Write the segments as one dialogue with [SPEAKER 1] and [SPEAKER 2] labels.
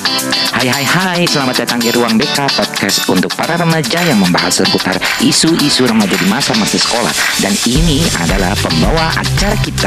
[SPEAKER 1] Hai, selamat datang di Ruang BK Podcast untuk para remaja yang membahas seputar isu-isu remaja di masa-masa sekolah. Dan ini adalah pembawa acara kita.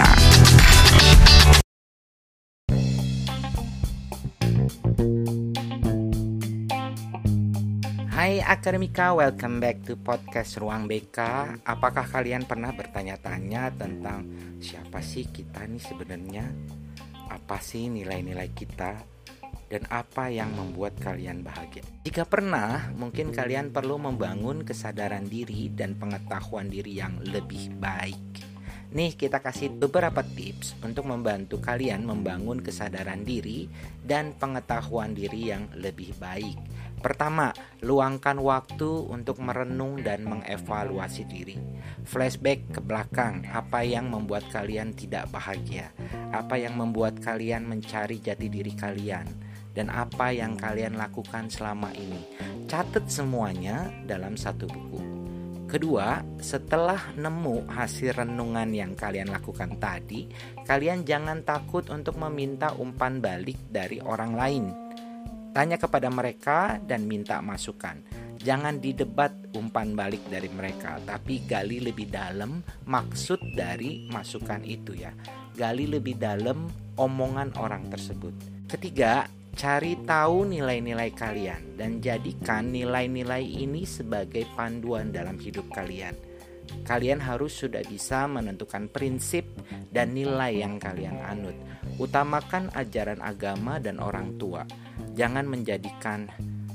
[SPEAKER 1] Hai Akademika, welcome back to podcast Ruang BK. Apakah kalian pernah bertanya-tanya tentang siapa sih kita nih sebenarnya? Apa sih nilai-nilai kita? Dan apa yang membuat kalian bahagia? Jika pernah, mungkin kalian perlu membangun kesadaran diri dan pengetahuan diri yang lebih baik. Nih, kita kasih beberapa tips untuk membantu kalian membangun kesadaran diri dan pengetahuan diri yang lebih baik. Pertama, luangkan waktu untuk merenung dan mengevaluasi diri. Flashback ke belakang, apa yang membuat kalian tidak bahagia? Apa yang membuat kalian mencari jati diri kalian? Dan apa yang kalian lakukan selama ini? Catat semuanya dalam satu buku. Kedua, setelah nemu hasil renungan yang kalian lakukan tadi, kalian jangan takut untuk meminta umpan balik dari orang lain. Tanya kepada mereka dan minta masukan. Jangan didebat umpan balik dari mereka, tapi gali lebih dalam maksud dari masukan itu ya. Gali lebih dalam omongan orang tersebut. Ketiga, cari tahu nilai-nilai kalian dan jadikan nilai-nilai ini sebagai panduan dalam hidup kalian. Kalian harus sudah bisa menentukan prinsip dan nilai yang kalian anut. Utamakan ajaran agama dan orang tua. Jangan menjadikan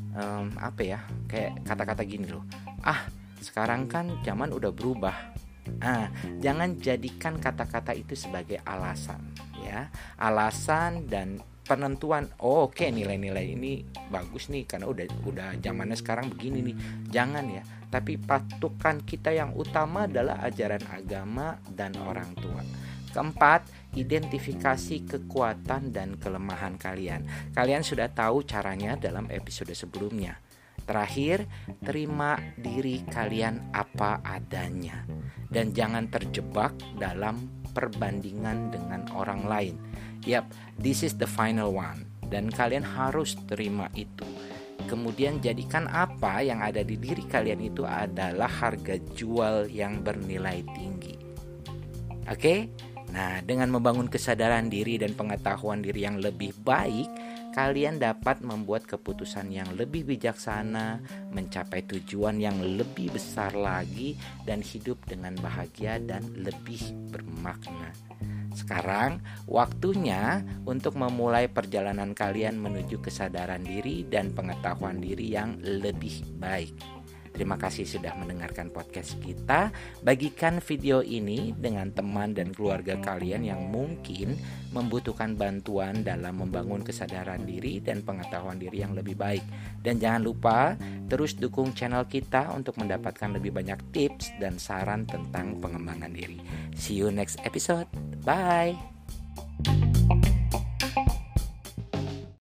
[SPEAKER 1] kayak kata-kata gini loh. Sekarang kan zaman udah berubah. Jangan jadikan kata-kata itu sebagai alasan ya. Alasan dan penentuan oke, nilai-nilai ini bagus nih karena udah zamannya sekarang begini nih. Jangan ya, tapi patokan kita yang utama adalah ajaran agama dan orang tua. Keempat, identifikasi kekuatan dan kelemahan kalian. Kalian sudah tahu caranya dalam episode sebelumnya. Terakhir, terima diri kalian apa adanya dan jangan terjebak dalam perbandingan dengan orang lain. This is the final one dan kalian harus terima itu. Kemudian jadikan apa yang ada di diri kalian itu adalah harga jual yang bernilai tinggi. Oke? Nah, dengan membangun kesadaran diri dan pengetahuan diri yang lebih baik, kalian dapat membuat keputusan yang lebih bijaksana, mencapai tujuan yang lebih besar lagi, dan hidup dengan bahagia dan lebih bermakna. Sekarang, waktunya untuk memulai perjalanan kalian menuju kesadaran diri dan pengetahuan diri yang lebih baik. Terima kasih sudah mendengarkan podcast kita. Bagikan video ini dengan teman dan keluarga kalian yang mungkin membutuhkan bantuan dalam membangun kesadaran diri dan pengetahuan diri yang lebih baik. Dan jangan lupa terus dukung channel kita untuk mendapatkan lebih banyak tips dan saran tentang pengembangan diri. See you next episode. Bye.